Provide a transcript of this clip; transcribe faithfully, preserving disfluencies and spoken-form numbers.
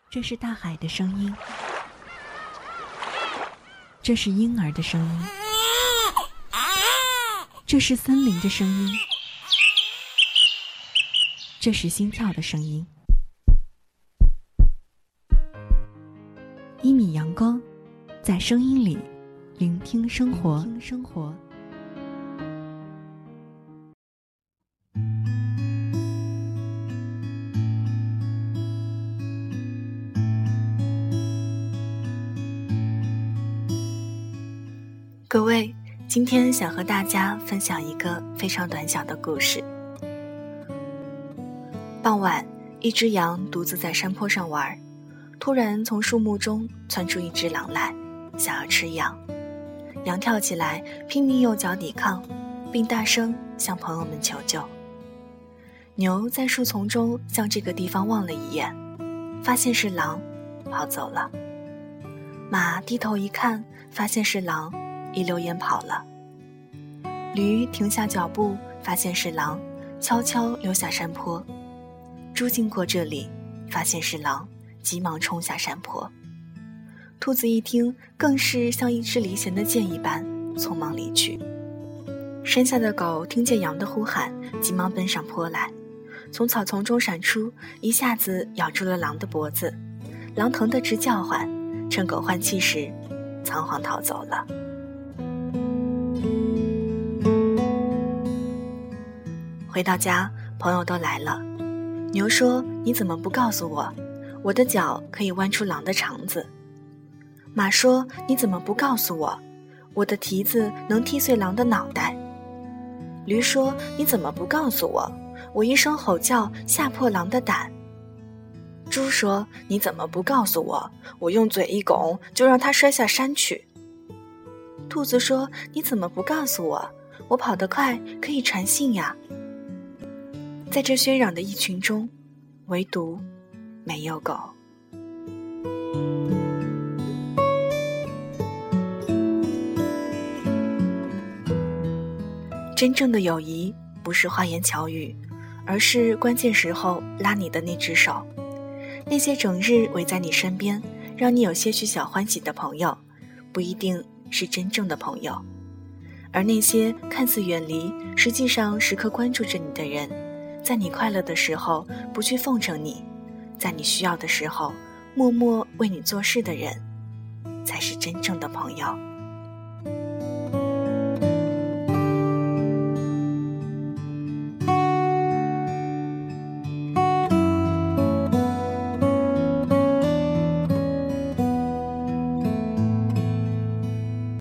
这是大海的声音，这是婴儿的声音，这是森林的声音，这是心跳的声音。一米阳光，在声音里聆听生活。聆听生活。各位，今天想和大家分享一个非常短小的故事。傍晚，一只羊独自在山坡上玩，突然从树木中窜出一只狼来，想要吃羊。羊跳起来，拼命用脚抵抗，并大声向朋友们求救。牛在树丛中向这个地方望了一眼，发现是狼，跑走了。马低头一看，发现是狼，一溜烟跑了。驴停下脚步，发现是狼，悄悄溜下山坡。猪经过这里，发现是狼，急忙冲下山坡。兔子一听，更是像一支离弦的箭一般，匆忙离去。山下的狗听见羊的呼喊，急忙奔上坡来，从草丛中闪出，一下子咬住了狼的脖子。狼疼得直叫唤，趁狗换气时，仓皇逃走了。回到家，朋友都来了。牛说：“你怎么不告诉我？我的脚可以弯出狼的肠子。”马说：“你怎么不告诉我？我的蹄子能踢碎狼的脑袋。”驴说：“你怎么不告诉我？我一声吼叫吓破狼的胆。”猪说：“你怎么不告诉我？我用嘴一拱就让它摔下山去。”兔子说：“你怎么不告诉我？我跑得快，可以传信呀。”在这喧嚷的一群中，唯独没有狗。真正的友谊不是花言巧语，而是关键时候拉你的那只手。那些整日围在你身边，让你有些许小欢喜的朋友，不一定是真正的朋友。而那些看似远离，实际上时刻关注着你的人，在你快乐的时候不去奉承你，在你需要的时候默默为你做事的人，才是真正的朋友。